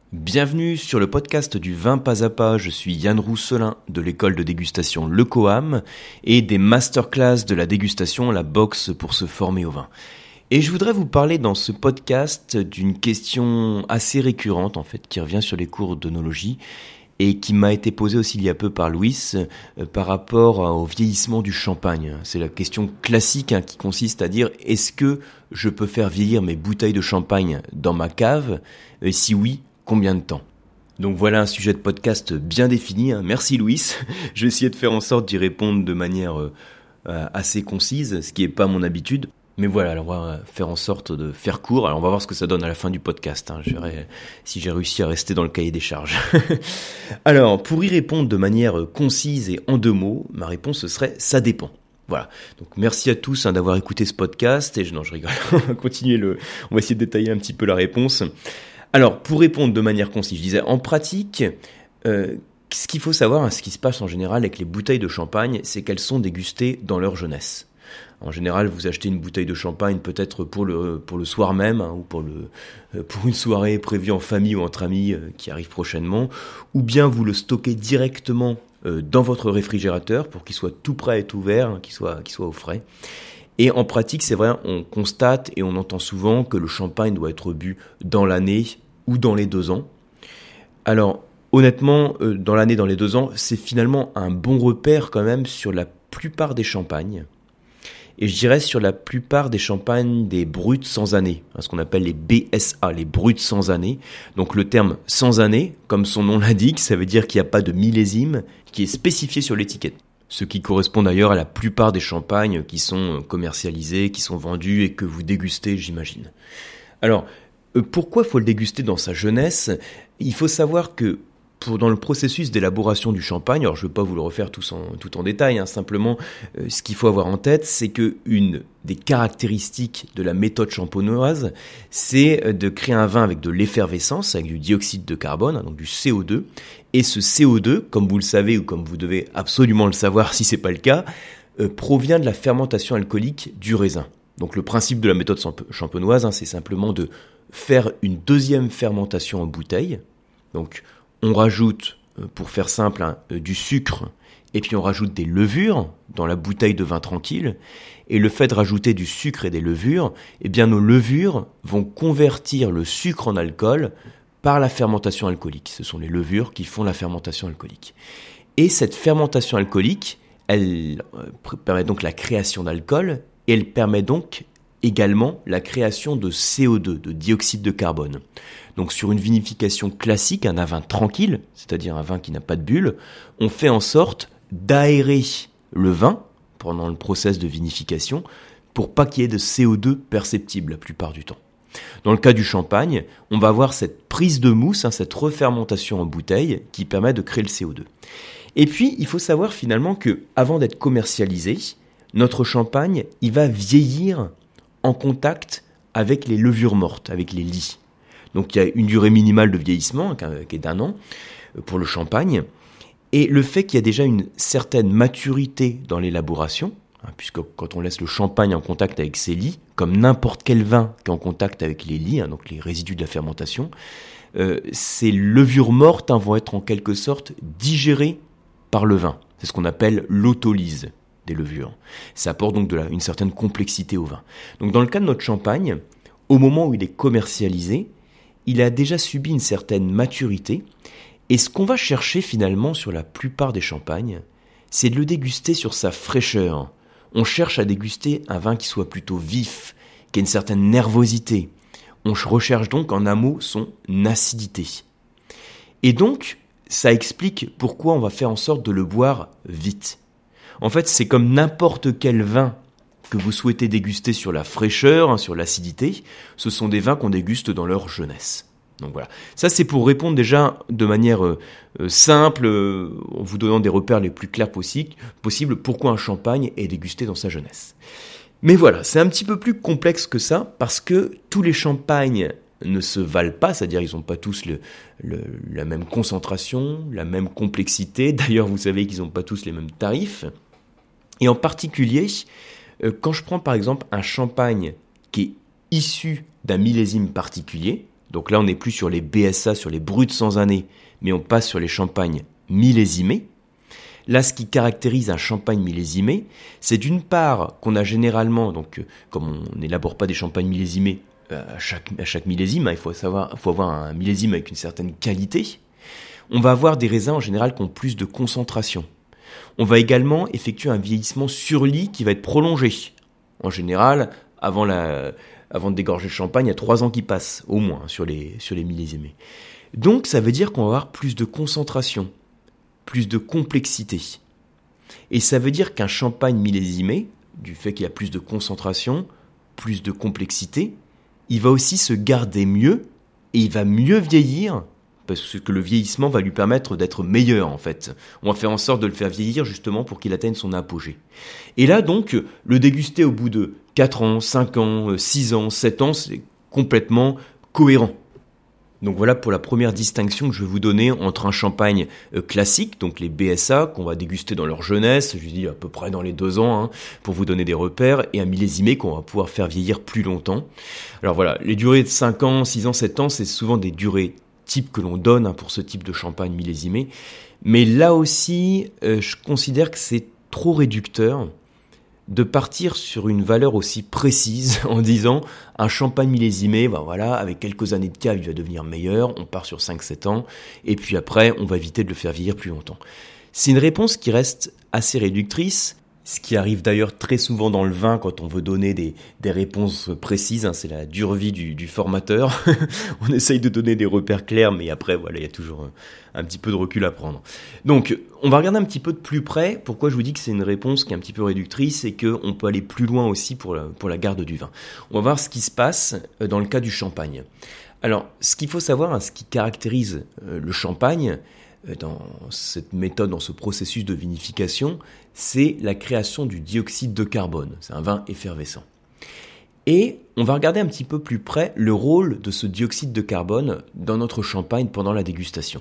Bienvenue sur le podcast du vin pas à pas, je suis Yann Rousselin de l'école de dégustation Le Coam et des masterclass de la dégustation, la boxe pour se former au vin. Et je voudrais vous parler dans ce podcast d'une question assez récurrente en fait, qui revient sur les cours d'œnologie et qui m'a été posée aussi il y a peu par Louis par rapport au vieillissement du champagne. C'est la question classique qui consiste à dire est-ce que je peux faire vieillir mes bouteilles de champagne dans ma cave ? Si oui, combien de temps ? Donc voilà un sujet de podcast bien défini. Merci Louis. Je vais essayer de faire en sorte d'y répondre de manière assez concise, ce qui n'est pas mon habitude. Mais voilà, alors on va faire en sorte de faire court. Alors on va voir ce que ça donne à la fin du podcast. Je verrai si j'ai réussi à rester dans le cahier des charges. Alors, pour y répondre de manière concise et en 2 mots, ma réponse ce serait « ça dépend ». Voilà, donc merci à tous d'avoir écouté ce podcast. Non, je rigole, on va continuer on va essayer de détailler un petit peu la réponse. Alors, pour répondre de manière concise, je disais, en pratique, ce qu'il faut savoir, ce qui se passe en général avec les bouteilles de champagne, c'est qu'elles sont dégustées dans leur jeunesse. En général, vous achetez une bouteille de champagne peut-être pour le soir même, ou pour une soirée prévue en famille ou entre amis qui arrive prochainement, ou bien vous le stockez directement dans votre réfrigérateur pour qu'il soit tout prêt et tout ouvert, qu'il soit au frais. Et en pratique, c'est vrai, on constate et on entend souvent que le champagne doit être bu dans l'année ou dans les 2 ans. Alors, honnêtement, dans l'année, dans les 2 ans, c'est finalement un bon repère quand même sur la plupart des champagnes. Et je dirais sur la plupart des champagnes des bruts sans année, ce qu'on appelle les BSA, les bruts sans année. Donc le terme sans année, comme son nom l'indique, ça veut dire qu'il n'y a pas de millésime qui est spécifié sur l'étiquette. Ce qui correspond d'ailleurs à la plupart des champagnes qui sont commercialisés, qui sont vendus et que vous dégustez, j'imagine. Alors, pourquoi faut le déguster dans sa jeunesse ? Il faut savoir que dans le processus d'élaboration du champagne, alors je ne vais pas vous le refaire tout en détail, simplement ce qu'il faut avoir en tête, c'est qu'une des caractéristiques de la méthode champenoise, c'est de créer un vin avec de l'effervescence, avec du dioxyde de carbone, donc du CO2, et ce CO2, comme vous le savez ou comme vous devez absolument le savoir si ce n'est pas le cas, provient de la fermentation alcoolique du raisin. Donc le principe de la méthode champenoise, c'est simplement de faire une deuxième fermentation en bouteille, donc on rajoute, pour faire simple, du sucre et puis on rajoute des levures dans la bouteille de vin tranquille. Et le fait de rajouter du sucre et des levures, nos levures vont convertir le sucre en alcool par la fermentation alcoolique. Ce sont les levures qui font la fermentation alcoolique. Et cette fermentation alcoolique, elle permet donc la création d'alcool et elle permet donc également la création de CO2, de dioxyde de carbone. Donc sur une vinification classique, un vin tranquille, c'est-à-dire un vin qui n'a pas de bulles, on fait en sorte d'aérer le vin pendant le process de vinification pour pas qu'il y ait de CO2 perceptible la plupart du temps. Dans le cas du champagne, on va avoir cette prise de mousse, cette refermentation en bouteille qui permet de créer le CO2. Et puis, il faut savoir finalement que avant d'être commercialisé, notre champagne, il va vieillir en contact avec les levures mortes, avec les lies. Donc il y a une durée minimale de vieillissement qui est d'1 an pour le champagne. Et le fait qu'il y a déjà une certaine maturité dans l'élaboration, puisque quand on laisse le champagne en contact avec ses lies, comme n'importe quel vin qui est en contact avec les lies, donc les résidus de la fermentation, ces levures mortes vont être en quelque sorte digérées par le vin. C'est ce qu'on appelle l'autolyse des levures. Ça apporte donc une certaine complexité au vin. Donc dans le cas de notre champagne, au moment où il est commercialisé, il a déjà subi une certaine maturité. Et ce qu'on va chercher finalement sur la plupart des champagnes, c'est de le déguster sur sa fraîcheur. On cherche à déguster un vin qui soit plutôt vif, qui ait une certaine nervosité. On recherche donc en un mot son acidité. Et donc, ça explique pourquoi on va faire en sorte de le boire vite. En fait, c'est comme n'importe quel vin que vous souhaitez déguster sur la fraîcheur, sur l'acidité, ce sont des vins qu'on déguste dans leur jeunesse. Donc voilà, ça c'est pour répondre déjà de manière simple, en vous donnant des repères les plus clairs possible, pourquoi un champagne est dégusté dans sa jeunesse. Mais voilà, c'est un petit peu plus complexe que ça, parce que tous les champagnes ne se valent pas, c'est-à-dire ils n'ont pas tous la même concentration, la même complexité. D'ailleurs, vous savez qu'ils n'ont pas tous les mêmes tarifs. Et en particulier, quand je prends par exemple un champagne qui est issu d'un millésime particulier, Donc là, on n'est plus sur les BSA, sur les bruts sans année, mais on passe sur les champagnes millésimés. Là, ce qui caractérise un champagne millésimé, c'est d'une part qu'on a généralement, donc comme on n'élabore pas des champagnes millésimés à chaque millésime, il faut avoir un millésime avec une certaine qualité, on va avoir des raisins en général qui ont plus de concentration. On va également effectuer un vieillissement sur lit qui va être prolongé. En général, avant de dégorger le champagne, il y a 3 ans qui passent, au moins, sur les millésimés. Donc, ça veut dire qu'on va avoir plus de concentration, plus de complexité. Et ça veut dire qu'un champagne millésimé, du fait qu'il y a plus de concentration, plus de complexité, il va aussi se garder mieux et il va mieux vieillir parce que le vieillissement va lui permettre d'être meilleur en fait. On va faire en sorte de le faire vieillir justement pour qu'il atteigne son apogée. Et là donc, le déguster au bout de 4 ans, 5 ans, 6 ans, 7 ans, c'est complètement cohérent. Donc voilà pour la première distinction que je vais vous donner entre un champagne classique, donc les BSA, qu'on va déguster dans leur jeunesse, je dis à peu près dans les 2 ans, pour vous donner des repères, et un millésimé qu'on va pouvoir faire vieillir plus longtemps. Alors voilà, les durées de 5 ans, 6 ans, 7 ans, c'est souvent des durées types que l'on donne pour ce type de champagne millésimé. Mais là aussi, je considère que c'est trop réducteur de partir sur une valeur aussi précise en disant un champagne millésimé, voilà, avec quelques années de cave, il va devenir meilleur, on part sur 5-7 ans, et puis après, on va éviter de le faire vieillir plus longtemps. C'est une réponse qui reste assez réductrice, ce qui arrive d'ailleurs très souvent dans le vin quand on veut donner des réponses précises, c'est la dure vie du formateur. On essaye de donner des repères clairs, mais après, voilà, il y a toujours un petit peu de recul à prendre. Donc, on va regarder un petit peu de plus près. Pourquoi je vous dis que c'est une réponse qui est un petit peu réductrice et qu'on peut aller plus loin aussi pour la garde du vin. On va voir ce qui se passe dans le cas du champagne. Alors, ce qu'il faut savoir, ce qui caractérise le champagne, dans cette méthode, dans ce processus de vinification, c'est la création du dioxyde de carbone. C'est un vin effervescent. Et on va regarder un petit peu plus près le rôle de ce dioxyde de carbone dans notre champagne pendant la dégustation.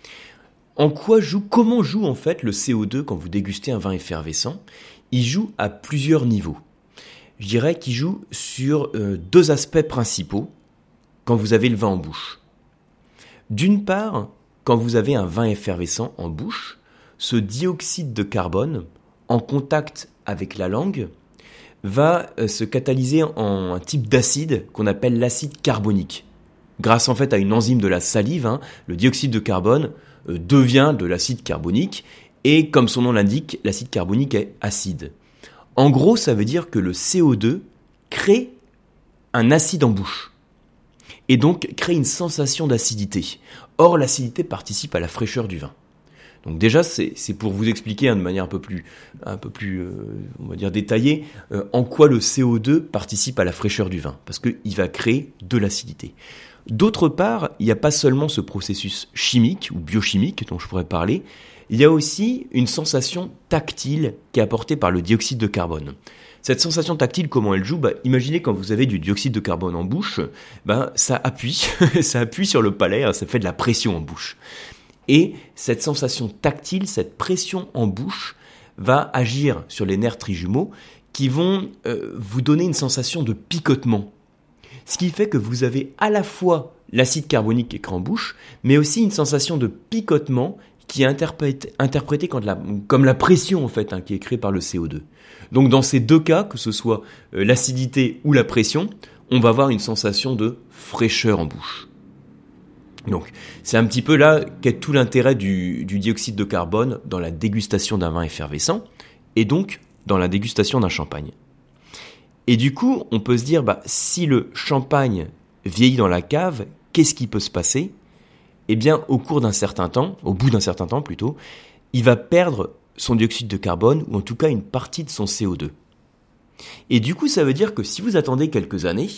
Comment joue en fait le CO2 quand vous dégustez un vin effervescent ? Il joue à plusieurs niveaux. Je dirais qu'il joue sur 2 aspects principaux quand vous avez le vin en bouche. D'une part, quand vous avez un vin effervescent en bouche, ce dioxyde de carbone, en contact avec la langue, va se catalyser en un type d'acide qu'on appelle l'acide carbonique. Grâce en fait à une enzyme de la salive, le dioxyde de carbone devient de l'acide carbonique et comme son nom l'indique, l'acide carbonique est acide. En gros, ça veut dire que le CO2 crée un acide en bouche et donc crée une sensation d'acidité. Or, l'acidité participe à la fraîcheur du vin. Donc déjà, c'est pour vous expliquer de manière un peu plus, on va dire détaillée, en quoi le CO2 participe à la fraîcheur du vin, parce qu'il va créer de l'acidité. D'autre part, il n'y a pas seulement ce processus chimique ou biochimique dont je pourrais parler, il y a aussi une sensation tactile qui est apportée par le dioxyde de carbone. Cette sensation tactile, comment elle joue ? Imaginez quand vous avez du dioxyde de carbone en bouche, ça appuie, ça appuie sur le palais, ça fait de la pression en bouche. Et cette sensation tactile, cette pression en bouche, va agir sur les nerfs trijumeaux qui vont vous donner une sensation de picotement. Ce qui fait que vous avez à la fois l'acide carbonique qui est en bouche, mais aussi une sensation de picotement qui est interprétée comme la pression en fait, qui est créée par le CO2. Donc dans ces 2 cas, que ce soit l'acidité ou la pression, on va avoir une sensation de fraîcheur en bouche. Donc c'est un petit peu là qu'est tout l'intérêt du dioxyde de carbone dans la dégustation d'un vin effervescent et donc dans la dégustation d'un champagne. Et du coup, on peut se dire, si le champagne vieillit dans la cave, qu'est-ce qui peut se passer ? Eh bien, au bout d'un certain temps, il va perdre son dioxyde de carbone, ou en tout cas une partie de son CO2. Et du coup, ça veut dire que si vous attendez quelques années,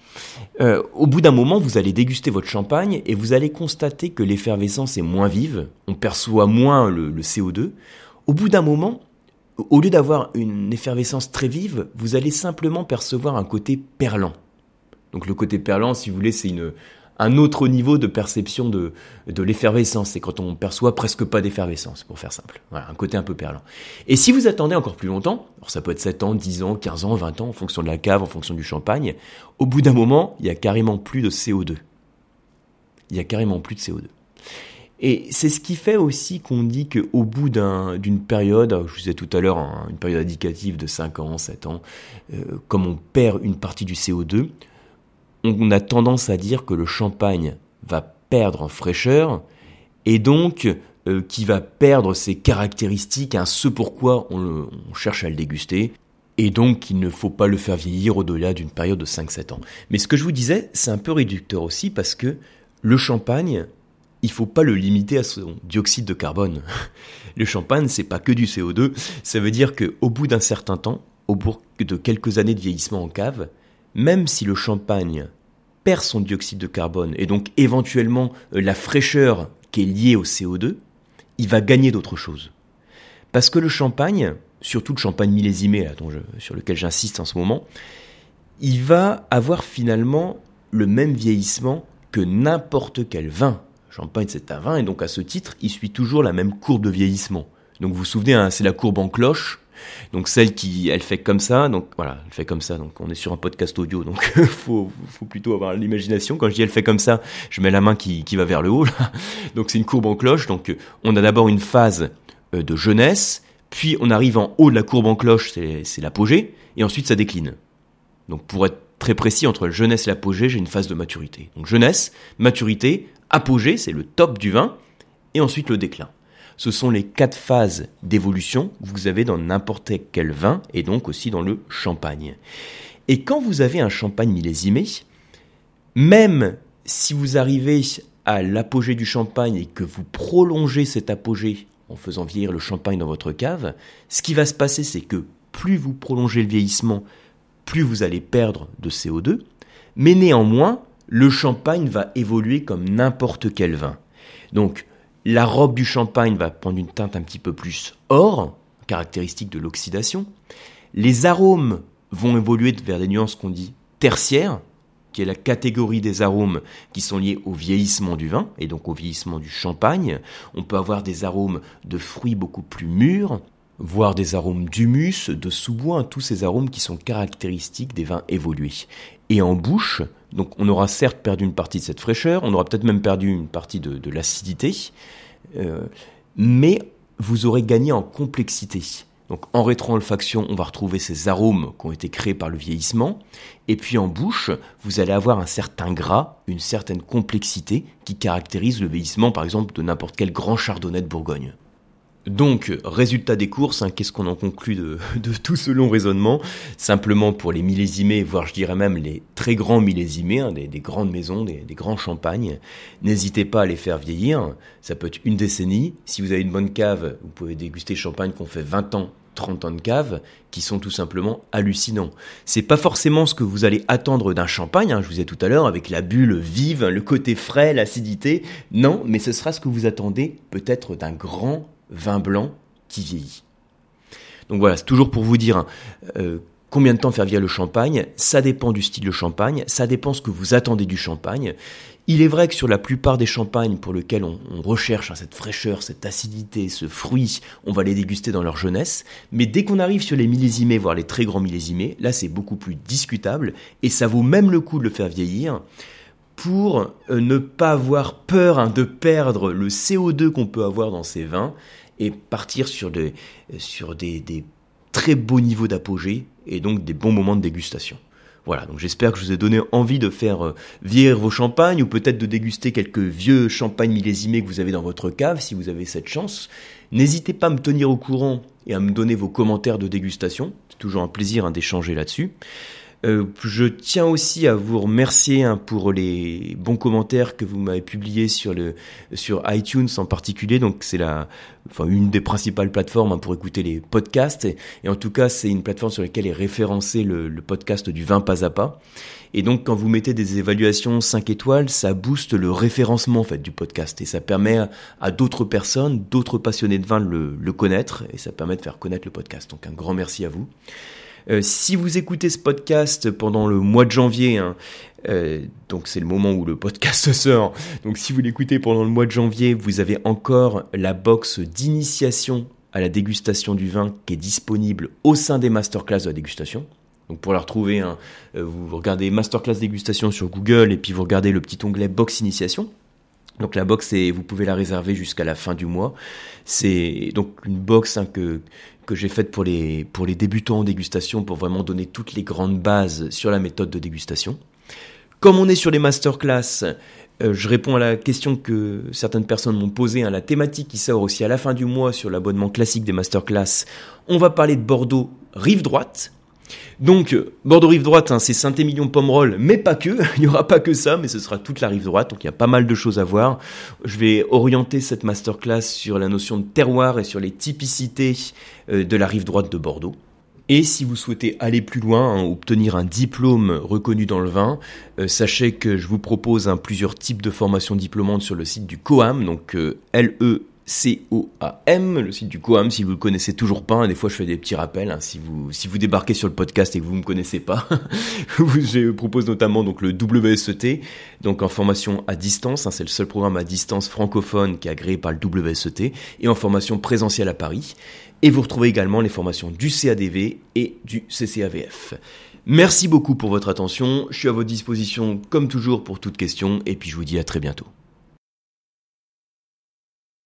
au bout d'un moment, vous allez déguster votre champagne et vous allez constater que l'effervescence est moins vive, on perçoit moins le CO2. Au bout d'un moment, au lieu d'avoir une effervescence très vive, vous allez simplement percevoir un côté perlant. Donc le côté perlant, si vous voulez, c'est un autre niveau de perception de l'effervescence. C'est quand on perçoit presque pas d'effervescence, pour faire simple. Voilà, un côté un peu perlant. Et si vous attendez encore plus longtemps, alors ça peut être 7 ans, 10 ans, 15 ans, 20 ans, en fonction de la cave, en fonction du champagne, au bout d'un moment, il y a carrément plus de CO2. il y a carrément plus de CO2. Et c'est ce qui fait aussi qu'on dit qu'au bout d'une période, je vous disais tout à l'heure, une période indicative de 5 ans, 7 ans, comme on perd une partie du CO2, on a tendance à dire que le champagne va perdre en fraîcheur et donc qui va perdre ses caractéristiques, ce pourquoi on cherche à le déguster. Et donc, il ne faut pas le faire vieillir au-delà d'une période de 5-7 ans. Mais ce que je vous disais, c'est un peu réducteur aussi parce que le champagne, il ne faut pas le limiter à son dioxyde de carbone. Le champagne, c'est pas que du CO2. Ça veut dire qu'au bout d'un certain temps, au bout de quelques années de vieillissement en cave, même si le champagne perd son dioxyde de carbone et donc éventuellement la fraîcheur qui est liée au CO2, il va gagner d'autres choses. Parce que le champagne, surtout le champagne millésimé sur lequel j'insiste en ce moment, il va avoir finalement le même vieillissement que n'importe quel vin. Le champagne, c'est un vin et donc à ce titre, il suit toujours la même courbe de vieillissement. Donc vous vous souvenez, c'est la courbe en cloche. Donc celle elle fait comme ça, donc voilà, elle fait comme ça, donc on est sur un podcast audio, donc faut plutôt avoir l'imagination. Quand je dis elle fait comme ça, je mets la main qui va vers le haut, là. Donc c'est une courbe en cloche, donc on a d'abord une phase de jeunesse, puis on arrive en haut de la courbe en cloche, c'est l'apogée, et ensuite ça décline. Donc pour être très précis, entre la jeunesse et l'apogée, j'ai une phase de maturité. Donc jeunesse, maturité, apogée, c'est le top du vin, et ensuite le déclin. Ce sont les 4 phases d'évolution que vous avez dans n'importe quel vin et donc aussi dans le champagne. Et quand vous avez un champagne millésimé, même si vous arrivez à l'apogée du champagne et que vous prolongez cet apogée en faisant vieillir le champagne dans votre cave, ce qui va se passer, c'est que plus vous prolongez le vieillissement, plus vous allez perdre de CO2, mais néanmoins, le champagne va évoluer comme n'importe quel vin. Donc, la robe du champagne va prendre une teinte un petit peu plus or, caractéristique de l'oxydation. Les arômes vont évoluer vers des nuances qu'on dit tertiaires, qui est la catégorie des arômes qui sont liés au vieillissement du vin et donc au vieillissement du champagne. On peut avoir des arômes de fruits beaucoup plus mûrs, voire des arômes d'humus, de sous-bois, tous ces arômes qui sont caractéristiques des vins évolués. Et en bouche, donc on aura certes perdu une partie de cette fraîcheur, on aura peut-être même perdu une partie de l'acidité, mais vous aurez gagné en complexité. Donc en rétro-olfaction, on va retrouver ces arômes qui ont été créés par le vieillissement, et puis en bouche, vous allez avoir un certain gras, une certaine complexité qui caractérise le vieillissement, par exemple, de n'importe quel grand chardonnay de Bourgogne. Donc, résultat des courses, qu'est-ce qu'on en conclut de tout ce long raisonnement? Simplement pour les millésimés, voire je dirais même les très grands millésimés, des grandes maisons, des grands champagnes, n'hésitez pas à les faire vieillir, ça peut être une décennie. Si vous avez une bonne cave, vous pouvez déguster champagne qu'on fait 20 ans, 30 ans de cave, qui sont tout simplement hallucinants. C'est pas forcément ce que vous allez attendre d'un champagne, je vous disais tout à l'heure, avec la bulle vive, le côté frais, l'acidité. Non, mais ce sera ce que vous attendez peut-être d'un grand vin blanc qui vieillit. Donc voilà, c'est toujours pour vous dire combien de temps faire vieillir le champagne. Ça dépend du style de champagne, ça dépend ce que vous attendez du champagne. Il est vrai que sur la plupart des champagnes pour lesquels on recherche cette fraîcheur, cette acidité, ce fruit, on va les déguster dans leur jeunesse. Mais dès qu'on arrive sur les millésimés, voire les très grands millésimés, là c'est beaucoup plus discutable et ça vaut même le coup de le faire vieillir pour ne pas avoir peur de perdre le CO2 qu'on peut avoir dans ces vins et partir sur des très beaux niveaux d'apogée et donc des bons moments de dégustation. Voilà, donc j'espère que je vous ai donné envie de faire vieillir vos champagnes ou peut-être de déguster quelques vieux champagnes millésimés que vous avez dans votre cave si vous avez cette chance. N'hésitez pas à me tenir au courant et à me donner vos commentaires de dégustation. C'est toujours un plaisir d'échanger là-dessus. Je tiens aussi à vous remercier pour les bons commentaires que vous m'avez publiés sur iTunes en particulier. Donc c'est une des principales plateformes pour écouter les podcasts. Et en tout cas, c'est une plateforme sur laquelle est référencé le podcast du vin pas à pas. Et donc quand vous mettez des évaluations 5 étoiles, ça booste le référencement du podcast. Et ça permet à d'autres personnes, d'autres passionnés de vin de le connaître. Et ça permet de faire connaître le podcast. Donc un grand merci à vous. Si vous écoutez ce podcast pendant le mois de janvier, donc c'est le moment où le podcast sort, donc si vous l'écoutez pendant le mois de janvier, vous avez encore la box d'initiation à la dégustation du vin qui est disponible au sein des masterclass de la dégustation. Donc pour la retrouver, vous regardez masterclass dégustation sur Google et puis vous regardez le petit onglet box initiation. Donc la box, vous pouvez la réserver jusqu'à la fin du mois. C'est donc une box que j'ai faite pour les débutants en dégustation, pour vraiment donner toutes les grandes bases sur la méthode de dégustation. Comme on est sur les masterclass, je réponds à la question que certaines personnes m'ont posée, la thématique qui sort aussi à la fin du mois sur l'abonnement classique des masterclass. On va parler de Bordeaux rive droite. Donc, Bordeaux rive droite, c'est Saint-Émilion-Pomerol, mais pas que, il n'y aura pas que ça, mais ce sera toute la rive droite, donc il y a pas mal de choses à voir. Je vais orienter cette masterclass sur la notion de terroir et sur les typicités de la rive droite de Bordeaux. Et si vous souhaitez aller plus loin, obtenir un diplôme reconnu dans le vin, sachez que je vous propose plusieurs types de formations diplômantes sur le site du COAM, donc LECOAM, le site du COAM, si vous le connaissez toujours pas, des fois je fais des petits rappels, si vous débarquez sur le podcast et que vous me connaissez pas, je propose notamment donc le WSET, donc en formation à distance, c'est le seul programme à distance francophone qui est agréé par le WSET, et en formation présentielle à Paris, et vous retrouvez également les formations du CADV et du CCAVF. Merci beaucoup pour votre attention, je suis à votre disposition comme toujours pour toute question, et puis je vous dis à très bientôt.